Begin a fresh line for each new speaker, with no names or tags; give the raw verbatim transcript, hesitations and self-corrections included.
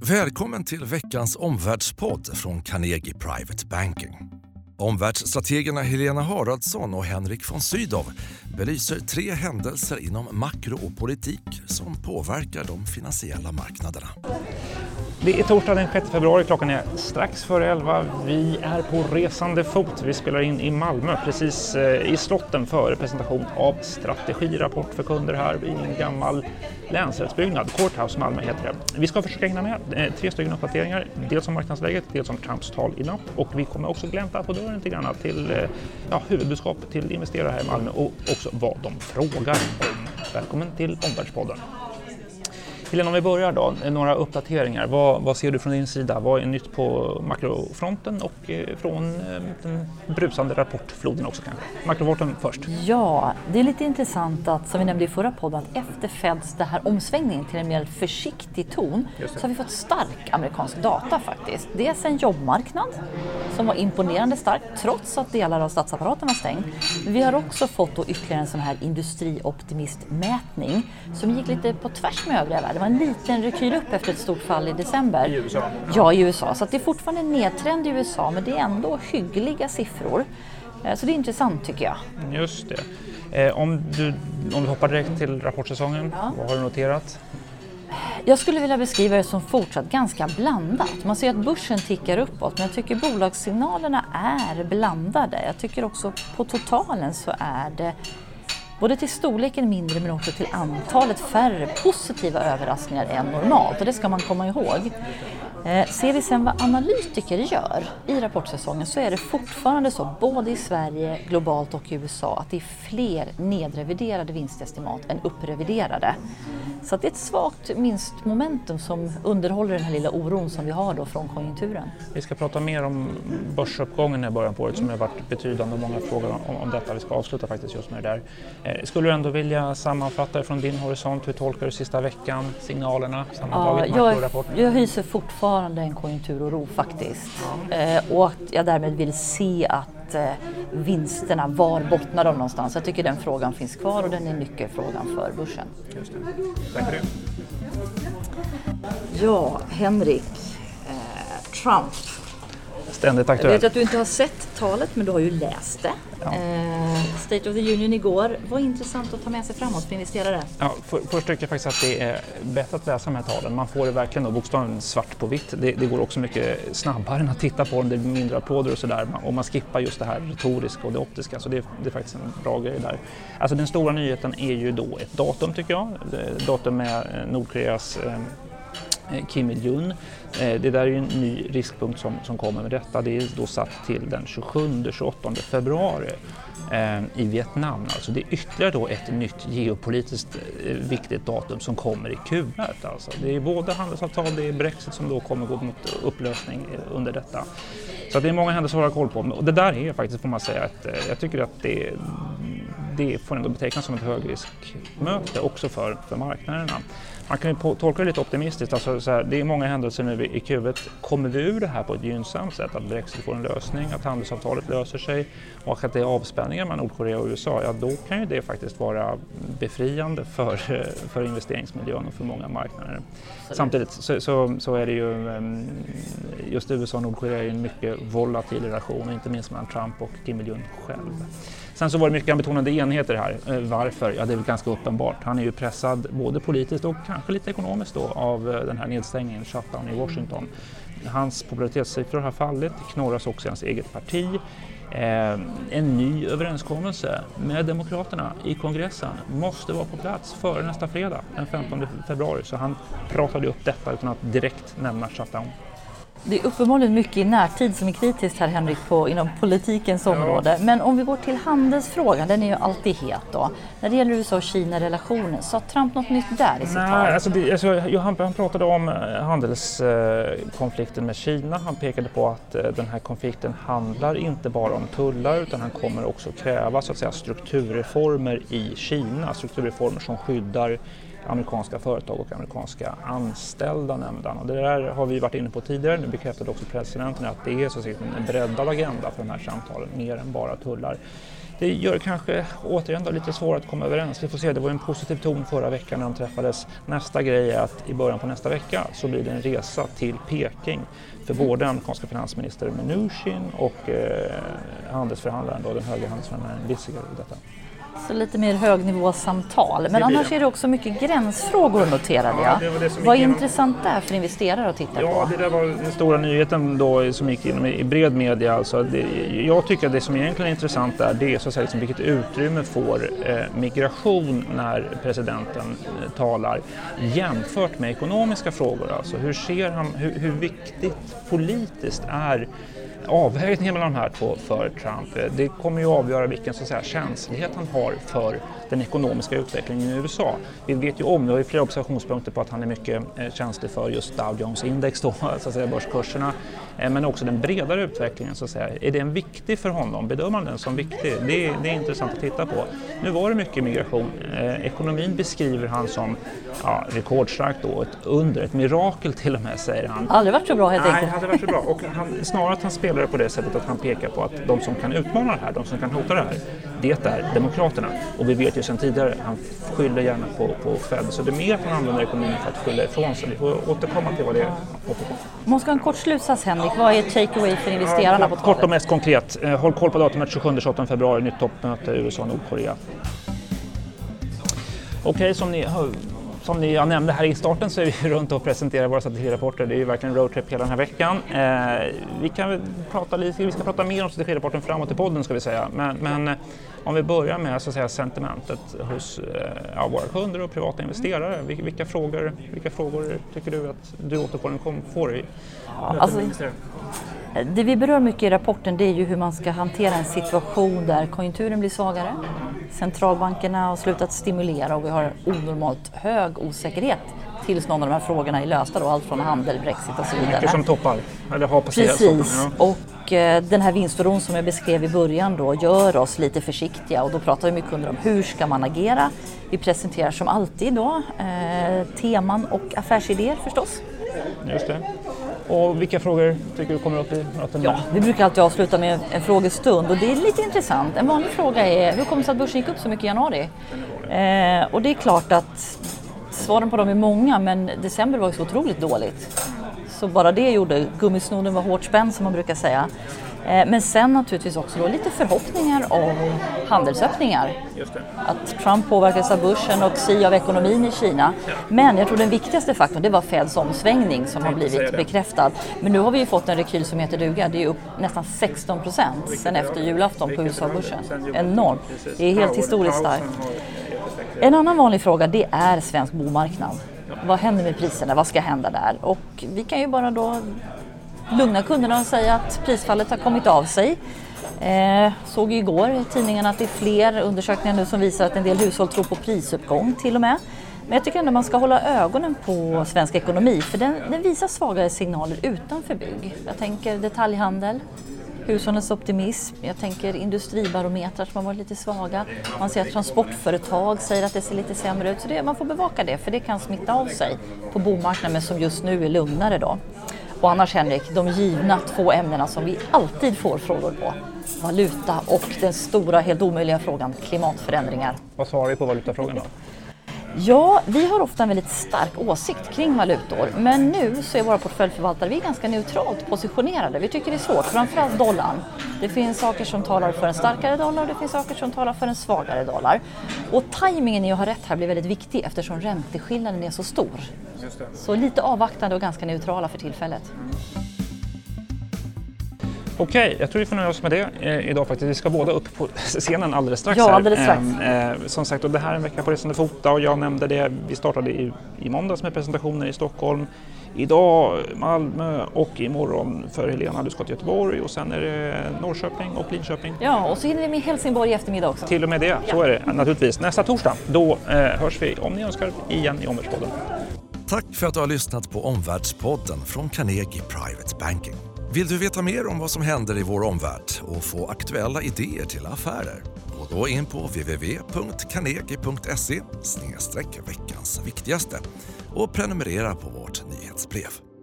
Välkommen till veckans omvärldspodd från Carnegie Private Banking. Omvärldsstrategerna Helena Haraldsson och Henrik von Sydow belyser tre händelser inom makro och politik som påverkar de finansiella marknaderna.
Det är torsdag den sjätte februari, klockan är strax före elva. Vi är på resande fot. Vi spelar in i Malmö, precis i slotten före presentation av strategirapport för kunder här i en gammal länsrättsbyggnad. Courthouse Malmö heter det. Vi ska försöka hinna med tre stycken uppdateringar, dels om marknadsläget, dels om Trumps tal i natt. Och vi kommer också glänta på dörren till grann till ja, huvudbudskap till investerare här i Malmö och också vad de frågar om. Välkommen till Omvärldspodden. Helena, om vi börjar då, några uppdateringar. Vad, vad ser du från din sida? Vad är nytt på makrofronten och eh, från eh, den brusande rapportfloden också kanske? Makrofronten först.
Ja, det är lite intressant att, som vi nämnde i förra podden, att efter Feds det här omsvängningen till en mer försiktig ton så har vi fått stark amerikansk data faktiskt. Dels en jobbmarknad som var imponerande stark trots att delar av statsapparaten var stängd. Vi har också fått då ytterligare en sån här industrioptimistmätning som gick lite på tvärs med övriga världen. Det var en liten rekyl upp efter ett stort fall i december.
I U S A?
Ja, i U S A. Så att det är fortfarande en nedtrend i U S A, men det är ändå hyggliga siffror. Så det är intressant tycker jag.
Just det. Eh, om, du, om du hoppar direkt till rapportsäsongen, ja. Vad har du noterat?
Jag skulle vilja beskriva det som fortsatt ganska blandat. Man ser att börsen tickar uppåt, men jag tycker bolagssignalerna är blandade. Jag tycker också på totalen så är det både till storleken mindre men också till antalet färre positiva överraskningar än normalt. Och det ska man komma ihåg. Eh, ser vi sen vad analytiker gör i rapportsäsongen så är det fortfarande så, både i Sverige, globalt och i U S A, att det är fler nedreviderade vinstestimat än uppreviderade. Så att det är ett svagt minstmomentum som underhåller den här lilla oron som vi har då från konjunkturen.
Vi ska prata mer om börsuppgången i början på året som har varit betydande och många frågor om, om detta. Vi ska avsluta faktiskt just med det där. Eh, skulle du ändå vilja sammanfatta från din horisont? Hur tolkar du sista veckan, signalerna, sammantaget,
ja,
makrorapport?
Jag, jag hyser fortfarande en konjunkturoro faktiskt. Eh, och att jag därmed vill se att eh, vinsterna, var bottnar de någonstans? Jag tycker den frågan finns kvar och den är nyckelfrågan för börsen.
Just det. Tack för det.
Ja, Henrik. Eh, Trump.
Ständigt aktuellt.
Jag vet att du inte har sett talet, men du har ju läst det. Ja. Eh, State of the Union igår var intressant att ta med sig framåt för investerare.
Ja, för, först tycker jag faktiskt att det är bättre att läsa de här talen. Man får det verkligen då bokstaven svart på vitt. Det, det går också mycket snabbare än att titta på dem. Det är mindre applåder och sådär. Och man skippar just det här retoriska och det optiska. Så det, det är faktiskt en bra grej där. Alltså den stora nyheten är ju då ett datum tycker jag. Det, datum med Nordkoreas eh, Kim Il-Jung. Det där är ju en ny riskpunkt som, som kommer med detta. Det är då satt till den tjugosjunde till tjugoåttonde februari eh, i Vietnam. Alltså det är ytterligare då ett nytt geopolitiskt eh, viktigt datum som kommer i Q ett. Alltså. Det är både handelsavtal, det är Brexit som då kommer gå mot upplösning under detta. Så det är många händelser att hålla koll på. Och det där är faktiskt, får man säga, att eh, jag tycker att det, det får ändå betecknas som ett högriskmöte också för, för marknaderna. Man kan ju på, tolka det lite optimistiskt, alltså så här, det är många händelser nu i Q ett. Kommer vi ur det här på ett gynnsamt sätt, att Brexit får en lösning, att handelsavtalet löser sig och att det är avspänningar mellan Nordkorea och U S A, ja då kan ju det faktiskt vara befriande för, för investeringsmiljön och för många marknader. Samtidigt så, så, så är det ju, just U S A och Nordkorea är en mycket volatil relation, inte minst mellan Trump och Kim Il-Jung själv. Sen så var det mycket betonade enheter här. Varför? Ja, det är väl ganska uppenbart. Han är ju pressad både politiskt och kanske lite ekonomiskt då av den här nedstängningen, shutdown i Washington. Hans popularitetssiffror har fallit, knorras också i hans eget parti. Eh, en ny överenskommelse med demokraterna i kongressen måste vara på plats före nästa fredag, den femtonde februari. Så han pratade upp detta utan att direkt nämna shutdown.
Det är uppenbarligen mycket i närtid som är kritiskt här, Henrik, på, inom politikens område. Men om vi går till handelsfrågan, den är ju alltid het då. När det gäller U S A och Kina-relationen, sa Trump något nytt där i sitt
Nej,
tal?
Alltså det, alltså, han, han pratade om handelskonflikten med Kina. Han pekade på att den här konflikten handlar inte bara om tullar, utan han kommer också kräva så att säga, strukturreformer i Kina. Strukturreformer som skyddar amerikanska företag och amerikanska anställda nämnda. Och det där har vi varit inne på tidigare. Nu bekräftade också presidenten att det är så att säga en breddad agenda för de här samtalen, mer än bara tullar. Det gör kanske återigen då lite svårare att komma överens. Vi får se, det var en positiv ton förra veckan när de träffades. Nästa grej är att i början på nästa vecka så blir det en resa till Peking för både amerikanska finansminister Mnuchin och eh, handelsförhandlaren, då, den höga handelsförhandlaren Bissiger i detta.
Så lite mer högnivåsamtal. Men annars det. Är det också mycket gränsfrågor noterade jag. Ja, det var det som Vad är genom... intressant där för investerare att titta
ja,
på?
Ja, det där var den stora nyheten då som gick in i bred media. Alltså det, jag tycker att det som egentligen är intressant där, det är så att säga liksom vilket utrymme får eh, migration när presidenten eh, talar jämfört med ekonomiska frågor. Alltså hur ser han, hur, hur viktigt politiskt är avvägningen mellan de här två för Trump? Det kommer ju avgöra vilken så att säga, känslighet han har för den ekonomiska utvecklingen i U S A. Vi vet ju om, vi har ju flera observationspunkter på att han är mycket eh, känslig för just Dow Jones Index då, så att säga börskurserna, eh, men också den bredare utvecklingen så att säga. Är den viktig för honom? Bedömer man den som viktig? Det är, det är intressant att titta på. Nu var det mycket migration. Eh, ekonomin beskriver han som ja, rekordstarkt då, ett under, ett mirakel till och med, säger han.
Aldrig varit så bra helt enkelt.
Nej, aldrig varit så bra. Och han, snarare att han spelar det på det sättet att han pekar på att de som kan utmana det här, de som kan hota det här, det är demokraterna. Och vi vet ju sedan tidigare, han skyller gärna på, på Fed. Så det är mer att han använder ekonomin för att skylla ifrån sig. Vi får återkomma till vad det är.
Man ska ha en kort slutsats, Henrik. Vad är takeaway för investerarna
ja,
på talet?
Kort och mest konkret. Håll koll på datumet tjugosjunde till tjugosåttonde februari, nytt toppmöte i U S A och Nordkorea. Okej, okay, som ni har Som ni jag nämnde här i starten så är vi runt och presenterar våra strategirapporter. Det är ju verkligen en roadtrip hela den här veckan. Eh, vi, kan prata lite, vi ska prata mer om strategirapporten framåt i podden ska vi säga. Men, men om vi börjar med så att säga, sentimentet hos eh, ja, våra kunder och privata investerare. Vil, vilka, frågor, vilka frågor tycker du att du återfår får i
ja, alltså, det vi berör mycket i rapporten det är ju hur man ska hantera en situation där konjunkturen blir svagare. Centralbankerna har slutat stimulera och vi har onormalt hög osäkerhet tills någon av de här frågorna är lösta. Då, allt från handel, Brexit och så vidare.
Mycket som toppar, eller har passerat.
Precis, ja. Och eh, den här vinstoron som jag beskrev i början då gör oss lite försiktiga. Och då pratar vi med kunder om hur ska man agera. Vi presenterar som alltid då eh, teman och affärsidéer förstås.
Just det. Och vilka frågor tycker du kommer upp i möten?
Ja, vi brukar alltid avsluta med en frågestund och det är lite intressant. En vanlig fråga är, hur kommer det sig att börsen gick upp så mycket i januari? Eh, och det är klart att svaren på dem är många, men december var ju så otroligt dåligt. Så bara det gjorde, gummisnoden var hårt spänd som man brukar säga. Eh, men sen naturligtvis också då lite förhoppningar om handelsöppningar.
Just det.
Att Trump påverkas av börsen och Xi av ekonomin i Kina. Men jag tror den viktigaste faktorn det var Feds omsvängning som har blivit bekräftad. Men nu har vi ju fått en rekyl som heter duga. Det är upp nästan sexton procent sen efter julafton på U S A-börsen. Enormt. Det är helt historiskt starkt. En annan vanlig fråga det är svensk bomarknad. Vad händer med priserna? Vad ska hända där? Och vi kan ju bara då lugna kunderna och säga att prisfallet har kommit av sig. Eh, såg ju igår i tidningarna att det är fler undersökningar nu som visar att en del hushåll tror på prisuppgång till och med. Men jag tycker ändå man ska hålla ögonen på svensk ekonomi för den, den visar svagare signaler utanför bygg. Jag tänker detaljhandel, hushållens optimism, jag tänker industribarometrar som har varit lite svaga. Man ser att transportföretag säger att det ser lite sämre ut så det, man får bevaka det för det kan smitta av sig på bomarknaden som just nu är lugnare då. Och annars Henrik, de givna två ämnena som vi alltid får frågor på. Valuta och den stora, helt omöjliga frågan, klimatförändringar.
Vad svarar vi på valutafrågan då?
Ja, vi har ofta en väldigt stark åsikt kring valutor. Men nu så är våra portföljförvaltare vi är ganska neutralt positionerade. Vi tycker det är svårt, framförallt dollarn. Det finns saker som talar för en starkare dollar och det finns saker som talar för en svagare dollar. Och tajmingen i att ha rätt här blir väldigt viktig eftersom ränteskillnaden är så stor. Just det. Så lite avvaktande och ganska neutrala för tillfället.
Okej, jag tror vi får nöja oss med det eh, idag faktiskt. Vi ska båda upp på scenen alldeles strax.
Ja,
här.
alldeles strax.
Eh, eh, som sagt, och det här är en vecka på resande fota och jag nämnde det. Vi startade i, i måndags med presentationer i Stockholm. Idag Malmö och imorgon för Helena, du ska till Göteborg och sen är det Norrköping och Linköping.
Ja, och så hinner vi med Helsingborg i eftermiddag också.
Till och med det, så är det naturligtvis. Nästa torsdag, då eh, hörs vi om ni önskar igen i Omvärldspodden.
Tack för att du har lyssnat på Omvärldspodden från Carnegie Private Banking. Vill du veta mer om vad som händer i vår omvärld och få aktuella idéer till affärer? Gå då in på w w w punkt carnegie punkt se slash veckans viktigaste och prenumerera på vårt nyhetsbrev.